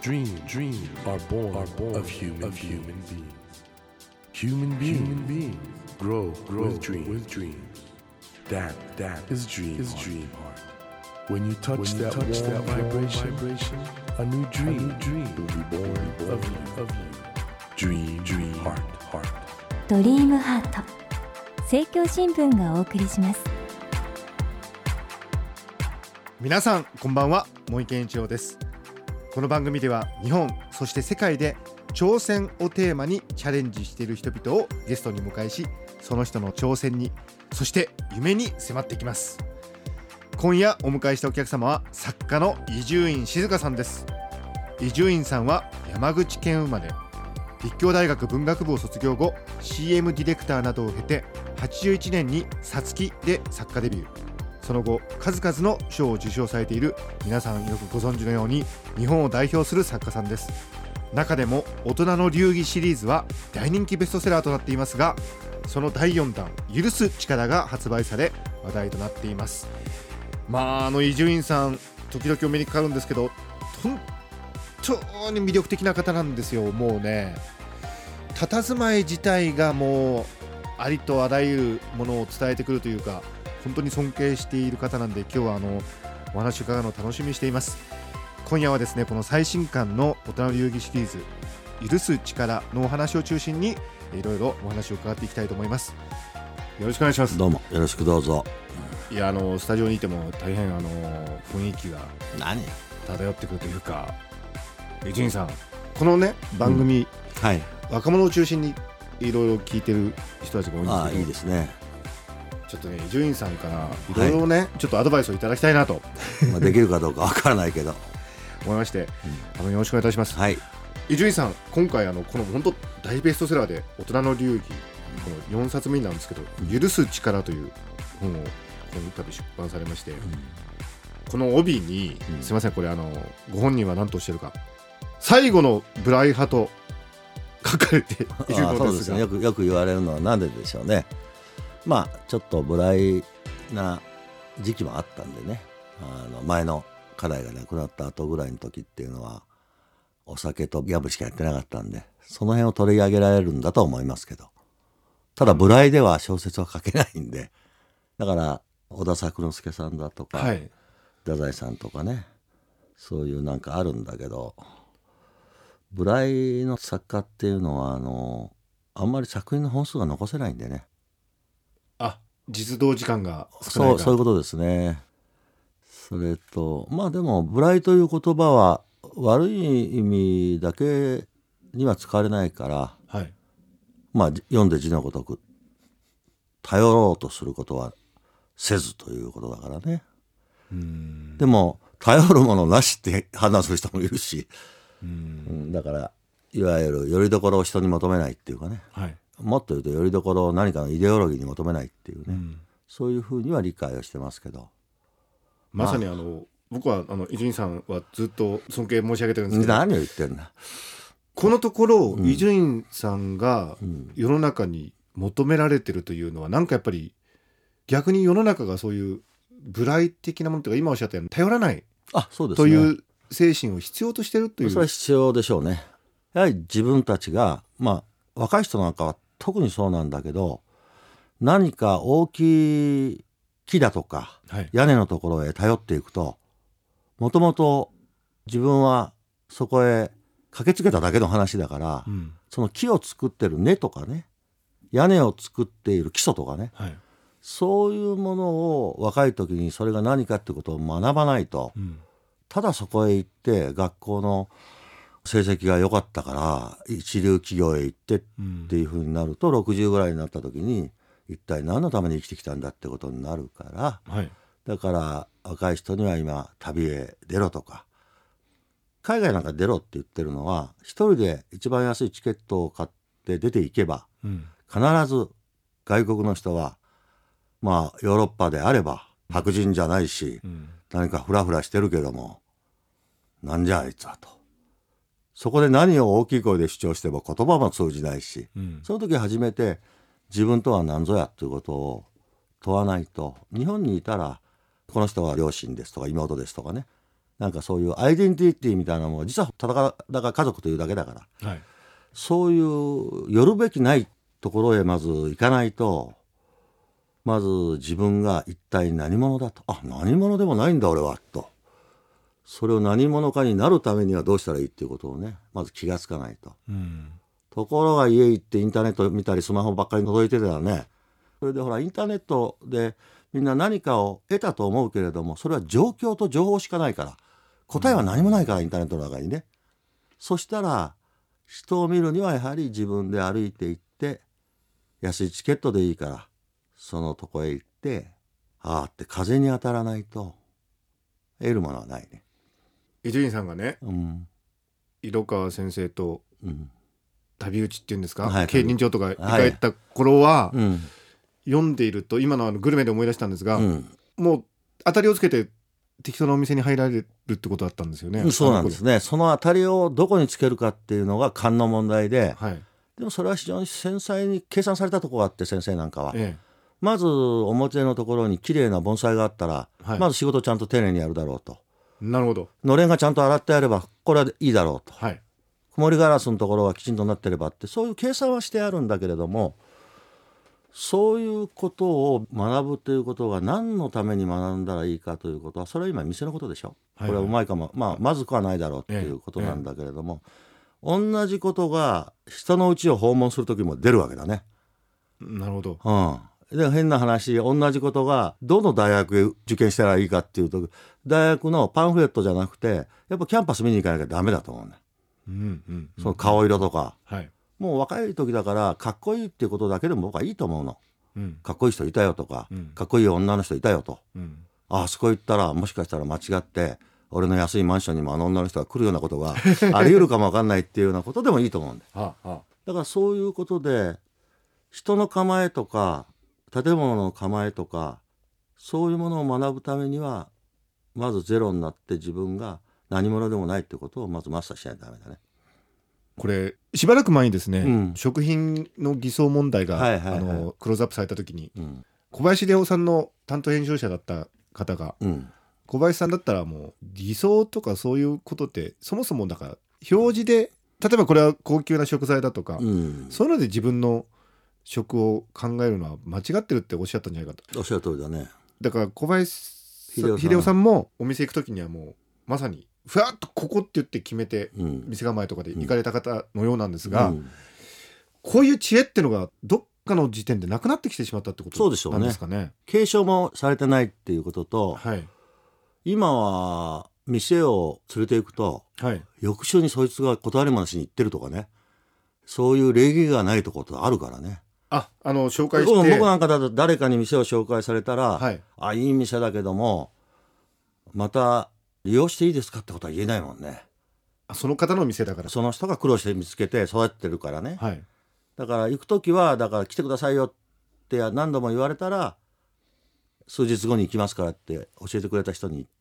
Dreams are born of human beings. Human beings grow with dreams. That is dream heart. When you touch that warm vibration, a new dream will be born of you. Dream heart. ドリームハート、政教新聞がお送りします。 皆さんこんばんは、森健一郎です。この番組では日本そして世界で挑戦をテーマにチャレンジしている人々をゲストに迎えし、その人の挑戦にそして夢に迫っていきます。今夜お迎えしたお客様は作家の伊集院静香さんです。伊集院さんは山口県生まれ、立教大学文学部を卒業後 CM ディレクターなどを経て81年にさつきで作家デビュー。その後数々の賞を受賞されている、皆さんよくご存知のように日本を代表する作家さんです。中でも大人の流儀シリーズは大人気ベストセラーとなっていますが、その第4弾許す力が発売され話題となっています。伊集院さん時々お目にかかるんですけど、本当に魅力的な方なんですよ。もうね、佇まい自体がもうありとあらゆるものを伝えてくるというか、本当に尊敬している方なんで、今日はお話を伺うのを楽しみにしています。今夜はですね、この最新刊の大人の流儀シリーズ許す力のお話を中心にいろいろお話を伺っていきたいと思います。よろしくお願いします。 どうもよろしくどうぞ。 いや、スタジオにいても大変雰囲気が漂ってくるというか、伊集院さん、このね番組、 はい、 若者を中心にいろいろ聞いてる人たちが多いんですけど、 いいですね。 ちょっとね、伊集院さんからいろいろね、ちょっとアドバイスをいただきたいなとできるかどうかわからないけど思いまして、よろしくお願いいたします。 はい。 伊集院さん、今回この本当大ベストセラーで大人の流儀、この4冊目なんですけど、許す力という本をこの度出版されまして、この帯に、すいません、これご本人は何とおっしゃるか、最後のブライ派と書かれているのですが、 そうですね、よく言われるのはなんででしょうね。ちょっとブライな時期もあったんでね、前の家内が亡くなった後ぐらいの時っていうのはお酒とギャンブルしかやってなかったんで、その辺を取り上げられるんだと思いますけど、ただブライでは小説は書けないんで、だから小田作之助さんだとか、 はい、 太宰さんとかね、そういうなんかあるんだけど、ブライの作家っていうのはあんまり作品の本数が残せないんでね。 実動時間が少ない。 そういうことですね。それとでもブライという言葉は悪い意味だけには使われないから、 はい、 読んで字のごとく頼ろうとすることはせずということだからね。でも頼るものなしって判断する人もいるし、だからいわゆるよりどころを人に求めないっていうかね、はい、もっと言うとよりどころを何かのイデオロギーに求めないっていうね、そういうふうには理解をしてますけど、 まさに僕は伊集院さんはずっと尊敬申し上げてるんですけど、 何を言ってんだ、 このところ伊集院さんが世の中に求められてるというのは、なんかやっぱり逆に世の中がそういうブライ的なものというか、今おっしゃったように頼らないそうですね、 という精神を必要としてるという。 それは必要でしょうね。やはり自分たちが若い人なんかは特にそうなんだけど、何か大きい木だとか、屋根のところへ頼っていくと、もともと自分はそこへ駆けつけただけの話だから、その木を作ってる根とかね、屋根を作っている基礎とかね、そういうものを若い時にそれが何かってことを学ばないと、ただそこへ行って学校の成績が良かったから一流企業へ行ってっていう風になると、60ぐらいになった時に一体何のために生きてきたんだってことになるから、だから若い人には今旅へ出ろとか、海外なんか出ろって言ってるのは、一人で一番安いチケットを買って出ていけば、必ず外国の人はヨーロッパであれば白人じゃないし、何かフラフラしてるけども、なんじゃあいつはと、そこで何を大きい声で主張しても言葉も通じないし、その時初めて自分とは何ぞやということを問わないと、日本にいたらこの人は両親ですとか妹ですとかね、 なんかそういうアイデンティティみたいなものが実はただ家族というだけだから、はい、そういう寄るべきないところへまず行かないと、まず自分が一体何者だと、何者でもないんだ俺はと、それを何者かになるためにはどうしたらいいっていうことをね、まず気がつかないと、ところが家行ってインターネット見たりスマホばっかり覗いてたらね、それでほらインターネットでみんな何かを得たと思うけれども、それは状況と情報しかないから、答えは何もないから、インターネットの中にね。そしたら人を見るにはやはり自分で歩いて行って、安いチケットでいいからそのとこへ行って、って風に当たらないと得るものはないね。 伊集院さんがね、色川先生と旅打ちっていうんですか、競輪場とか行かれた頃は、読んでいると今のグルメで思い出したんですが、もう当たりをつけて適当なお店に入られるってことだったんですよね。 そうなんですね。その当たりをどこにつけるかっていうのが勘の問題で、でもそれは非常に繊細に計算されたところがあって、先生なんかは、まず表のところに綺麗な盆栽があったら、まず仕事ちゃんと丁寧にやるだろうと。 なるほど。 のれんがちゃんと洗ってあればこれはいいだろうと、曇りガラスのところがきちんとなってればって、そういう計算はしてあるんだけれども、そういうことを学ぶということが何のために学んだらいいかということは、それは今店のことでしょ、これはうまいかも、まずくはないだろうっていうことなんだけれども、同じことが人の家を訪問する時も出るわけだね。 なるほど。 で変な話、同じことがどの大学へ受験したらいいかっていうと、大学のパンフレットじゃなくてやっぱキャンパス見に行かなきゃダメだと思うんだ、その顔色とか、もう若い時だからかっこいいっていうことだけでも僕はいいと思うの、かっこいい人いたよとか、かっこいい女の人いたよと、あそこ行ったらもしかしたら間違って俺の安いマンションにもあの女の人が来るようなことがあり得るかも分かんないっていうようなことでもいいと思うんだだからそういうことで人の構えとか建物の構えとかそういうものを学ぶためには、まずゼロになって自分が何者でもないってことをまずマスターしないとダメだね。 これしばらく前にですね、食品の偽装問題が、クローズアップされた時に、小林玲夫さんの担当編集者だった方が、小林さんだったらもう偽装とかそういうことってそもそもだから表示で、例えばこれは高級な食材だとか、そういうので自分の食を考えるのは間違ってるっておっしゃったんじゃないかと。 おっしゃる通りだね。 だから小林秀夫さんもお店行く時にはもうまさにふわっとここって言って決めて、店構えとかで行かれた方のようなんですが、こういう知恵ってのがどっかの時点でなくなってきてしまったってことなんですかね。そうでしょうね。 継承もされてないっていうことと、今は店を連れて行くと、翌週にそいつが断り話に行ってるとかね、そういう礼儀がないところあるからね。 紹介して僕なんかだと誰かに店を紹介されたら、いい店だけどもまた利用していいですかってことは言えないもんね。 その方の店だから、 その人が苦労して見つけて育ててるからね、だから行くときはだから来てくださいよって何度も言われたら数日後に行きますからって教えてくれた人に行って、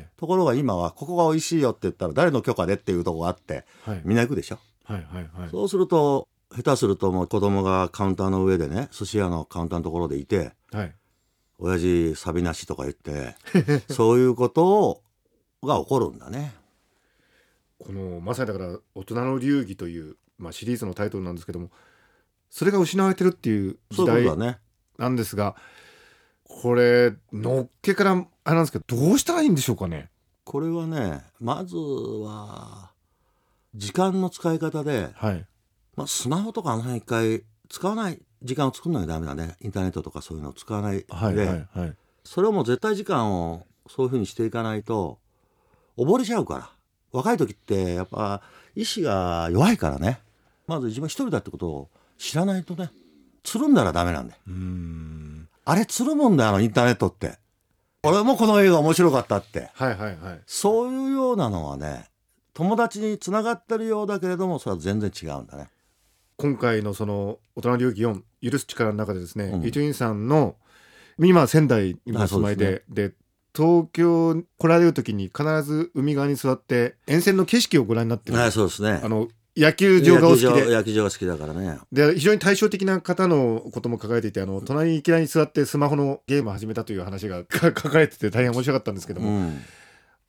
ところが今はここが美味しいよって言ったら誰の許可でっていうところがあって、みんな行くでしょ、そうすると下手するともう子供がカウンターの上でね、寿司屋のカウンターのところでいて、親父サビなしとか言ってそういうことが起こるんだね。 このまさにだから大人の流儀という、シリーズのタイトルなんですけども、それが失われてるっていう時代なんですが、これのっけからあれなんですけど、どうしたらいいんでしょうかね。 これはね、まずは時間の使い方で、スマホとか一回使わない時間を作るのがダメだね。インターネットとかそういうのを使わないで、それをもう絶対時間をそういうふうにしていかないと溺れちゃうから。若い時ってやっぱ意志が弱いからね、まず自分一人だってことを知らないとね、つるんだらダメなんだよ。あれつるもんだよ、インターネットって。俺もこの映画面白かったって、そういうようなのはね、友達につながってるようだけれどもそれは全然違うんだね。 今回のその大人の流儀4許す力の中でですね、伊集院さんの今仙台にお住まいで、東京来られる時に必ず海側に座って沿線の景色をご覧になってる。 そうですね。 野球場がお好きで、 野球場が好きだからね。 で非常に対照的な方のことも書かれていて、隣にいきなり座ってスマホのゲームを始めたという話が書かれてて大変面白かったんですけども、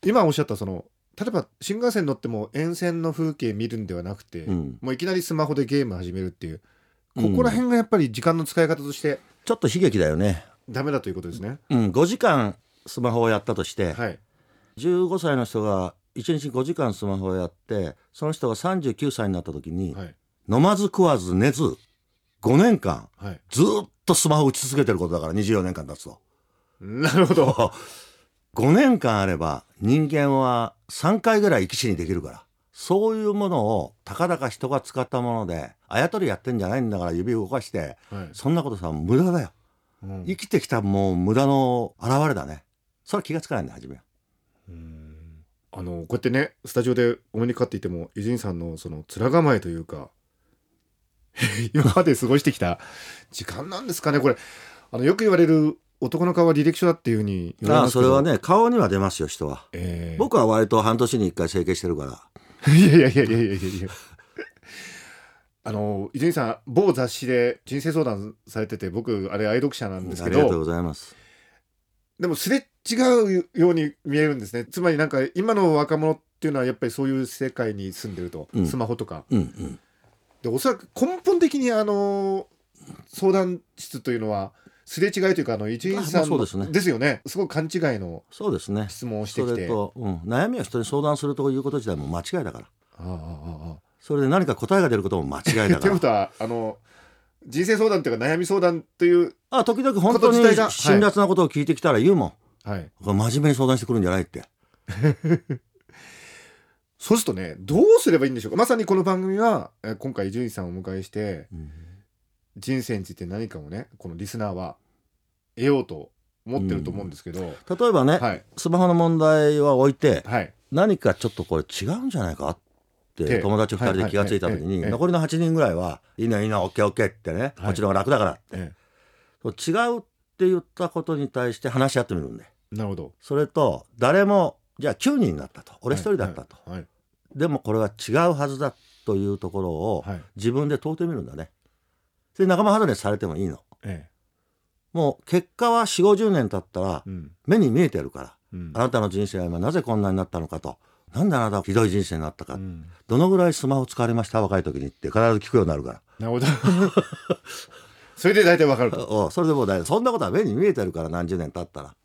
今おっしゃったその例えば新幹線乗っても沿線の風景見るんではなくて、もういきなりスマホでゲーム始めるっていう、ここら辺がやっぱり時間の使い方としてちょっと悲劇だよね。 ダメだということですね。 5時間スマホをやったとして、 はい、 15歳の人が1日5時間スマホをやって、その人が39歳になった時に、はい、飲まず食わず寝ず5年間、はい、ずっとスマホを打ち続けてることだから、24年間経つと。 なるほど。 5年間あれば人間は3回ぐらい生き死にできるから、そういうものをたかだか人が使ったものであやとりやってんじゃないんだから、指を動かして、はい、そんなことさ無駄だよ、生きてきたもう無駄の表れだね。それは気がつかないんだ初めは。 こうやってねスタジオでお目にかかっていても、伊集院さんのその面構えというか今まで過ごしてきた時間なんですかねこれ。よく言われる男の顔は履歴書だっていう風に言われますけど。 それはね、顔には出ますよ人は、僕は割と半年に1回整形してるからいや伊集院さん某雑誌で人生相談されてて、僕あれ愛読者なんですけど、 ありがとうございます。 でもすれ違うように見えるんですね。つまりなんか今の若者っていうのはやっぱりそういう世界に住んでると、スマホとか、でおそらく根本的に相談室というのはすれ違いというか、伊集院さんのですよね。すごく勘違いの質問をしてきて、 それと、悩みを人に相談するということ自体も間違いだから。それで何か答えが出ることも間違いだからということは人生相談というか悩み相談という時々本当に辛辣なことを聞いてきたら言うもん、はい、真面目に相談してくるんじゃないってそうするとね、どうすればいいんでしょうか。まさにこの番組は今回伊集院さんをお迎えして、人生について何かをね、このリスナーは得ようと思ってると思うんですけど、 例えばね、はい、スマホの問題は置いて、はい、何かちょっとこれ違うんじゃないかって友達2人で気がついた時に、残りの8人ぐらいはいいないいな、オッケーオッケーってね、こっちの方が楽だからって、違うって言ったことに対して話し合ってみるんで。 なるほど。 それと誰もじゃあ9人になったと、俺1人だったと、でもこれは違うはずだというところを自分で問うてみるんだね。で仲間外れされてもいいの、もう結果は 40,50 年経ったら目に見えてるから、あなたの人生は今なぜこんなになったのかと、なんであなたはひどい人生になったか、どのぐらいスマホ使われました若い時にって必ず聞くようになるから。 なるほどそれで大体わかると。 それでもう大体そんなことは目に見えてるから、何十年経ったら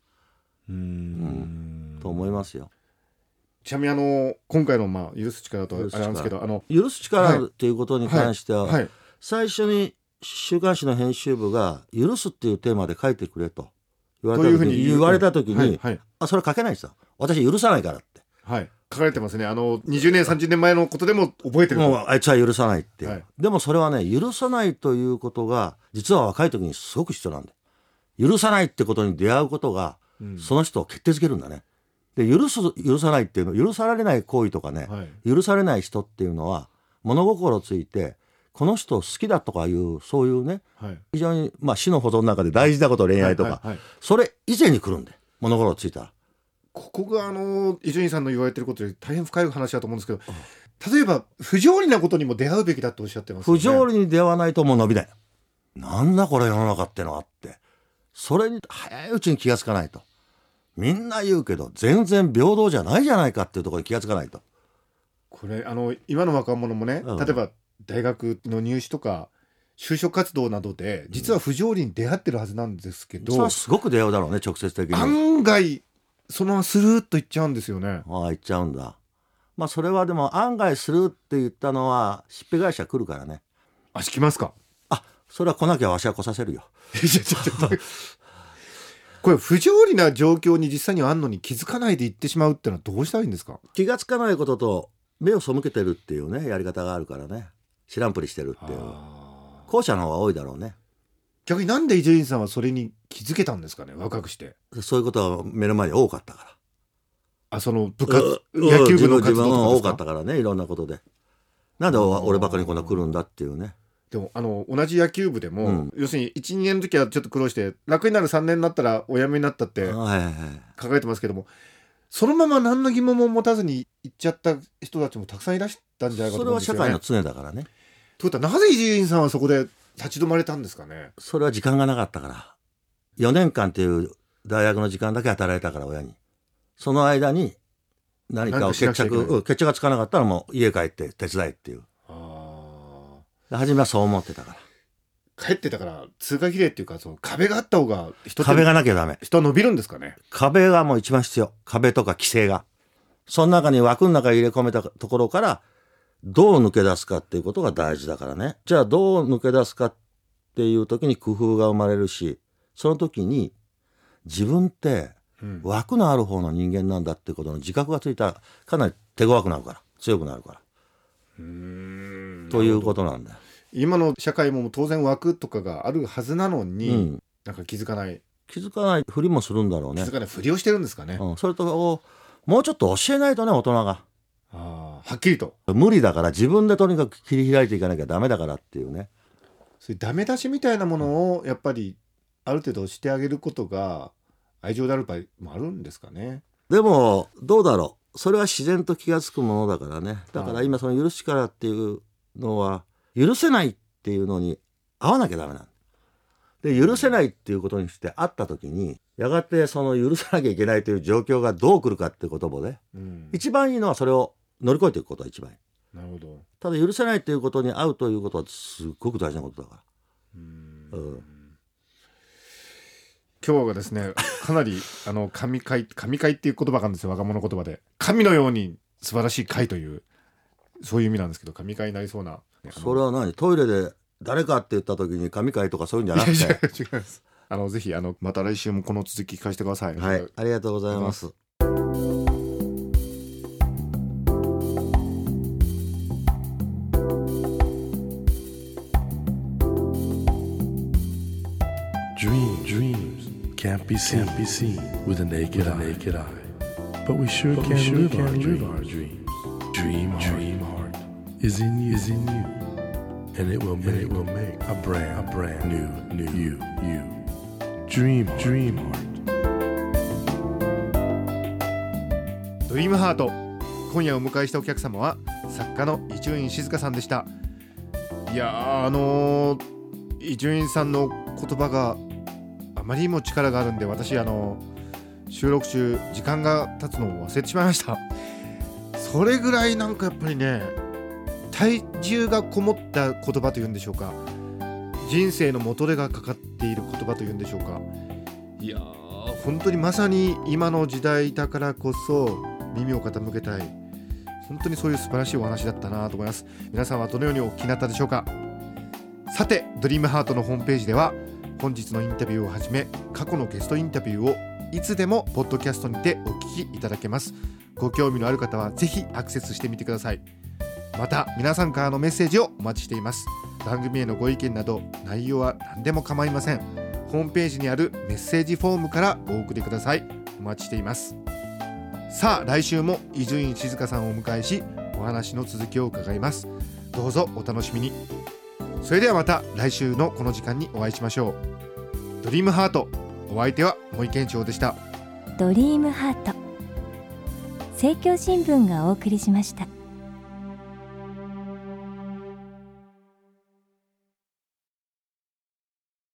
と思いますよ。 ちなみに今回の許す力とあれなんですけど、 許す力っていうことに関しては、最初に週刊誌の編集部が許すっていうテーマで書いてくれと言われた時に、それは書けないですよ、私許さないからって、 書かれてますね。20年30年前のことでも覚えてる。 もうあいつは許さないって、でもそれはね、許さないということが実は若い時にすごく必要なんだよ。許さないってことに出会うことが、その人を決定づけるんだね。で許さないっていうの、許されない行為とかね、許されない人っていうのは物心ついてこの人好きだとかいう、そういうね、非常に死の保存の中で大事なこと、恋愛とか、それ以前に来るんで、物心ついたら。 ここが伊集院さんの言われてることで大変深い話だと思うんですけど、例えば不条理なことにも出会うべきだとおっしゃってますよね。 不条理に出会わないともう伸びない。なんだこれ世の中ってのはって、それに早いうちに気がつかないと。みんな言うけど全然平等じゃないじゃないかっていうところに気がつかないと。 これ今の若者もね、例えば大学の入試とか就職活動などで実は不条理に出会ってるはずなんですけど、 それはすごく出会うだろうね、直接的に。 案外そのままスルーっといっちゃうんですよね。 いっちゃうんだ。それはでも案外スルーって言ったのはしっぺ返しは来るからね。 足来ますか。 それは来なきゃわしは来させるよこれ不条理な状況に実際にはあんのに気づかないでいってしまうってのはどうしたらいいんですか。 気がつかないことと目を背けてるっていうね、やり方があるからね。知らんぷりしてるっていう後者の方が多いだろうね。 逆になんで伊集院さんはそれに気づけたんですかね、若くして。 そういうことは目の前に多かったから。 その部活、野球部の活動とかですか。自分が多かったからね、いろんなことで。なんで俺ばかりこんな来るんだっていうね。 でも同じ野球部でも、要するに 1,2 年の時はちょっと苦労して楽になる3年になったらお辞めになったって書かれてますけども、そのまま何の疑問も持たずに行っちゃった人たちもたくさんいらしたんじゃないかと思うんですよね。 それは社会の常だからね。 ということはなぜ伊集院さんはそこで立ち止まれたんですかね。 それは時間がなかったから。4年間っていう大学の時間だけ与えられたから、親に。その間に何かを決着がつかなかったらもう家帰って手伝いっていう。初めはそう思ってたから。 帰ってたから通過儀礼っていうか、その壁があった方が壁がなきゃダメ。 人は伸びるんですかね。 壁がもう一番必要。壁とか規制が。その中に枠の中に入れ込めたところからどう抜け出すかっていうことが大事だからね。じゃあどう抜け出すかっていう時に工夫が生まれるし、その時に自分って枠のある方の人間なんだっていうことの自覚がついたらかなり手強くなるから、強くなるから。ということなんだよ。 今の社会も当然枠とかがあるはずなのに、なんか気づかないふりもするんだろうね。 気づかないふりをしてるんですかね。 それともうちょっと教えないとね、大人が。 はっきりと無理だから、自分でとにかく切り開いていかなきゃダメだからっていうね。 そういうダメ出しみたいなものをやっぱりある程度してあげることが愛情である場合もあるんですかね。 でもどうだろう、それは自然と気がつくものだからね。だから今その許す力っていうのは許せないっていうのに合わなきゃダメなんで、許せないっていうことにして会った時にやがてその許さなきゃいけないという状況がどう来るかっていうこともね、一番いいのはそれを乗り越えていくことが一番いい。 なるほど。 ただ許せないということに合うということはすっごく大事なことだから。 今日はですね、かなり神会っていう言葉があるんですよ、若者言葉で。神のように素晴らしい会という、そういう意味なんですけど、神会になりそうな。 それは何、トイレで誰かって言った時に神会とかそういうんじゃなくて。 違います。ぜひまた来週もこの続き聞かせてください。 はい、ありがとうございます。 Dreams can't be seen with a naked eye. But we sure can live our dreams. Dream heart is in you, and it will make a brand new you. Dream heart. ドリームハート。今夜お迎えしたお客様は作家の伊集院静香さんでした。いや伊集院さんの言葉があまりにも力があるんで、私収録中時間が経つのを忘れてしまいました。それぐらいなんかやっぱりね、体重がこもった言葉というんでしょうか、人生の元手がかかっている言葉というんでしょうか。いや本当にまさに今の時代だからこそ耳を傾けたい、本当にそういう素晴らしいお話だったなと思います。皆さんはどのようにお聞きになったでしょうか。さて、ドリームハートのホームページでは本日のインタビューをはじめ過去のゲストインタビューをいつでもポッドキャストにてお聞きいただけます。ご興味のある方はぜひアクセスしてみてください。また皆さんからのメッセージをお待ちしています。番組へのご意見など内容は何でも構いません。ホームページにあるメッセージフォームからお送りください。お待ちしています。さあ来週も伊集院静香さんをお迎えしお話の続きを伺います。どうぞお楽しみに。それではまた来週のこの時間にお会いしましょう。ドリームハート、お相手は森健長でした。 ドリームハート、政教新聞がお送りしました。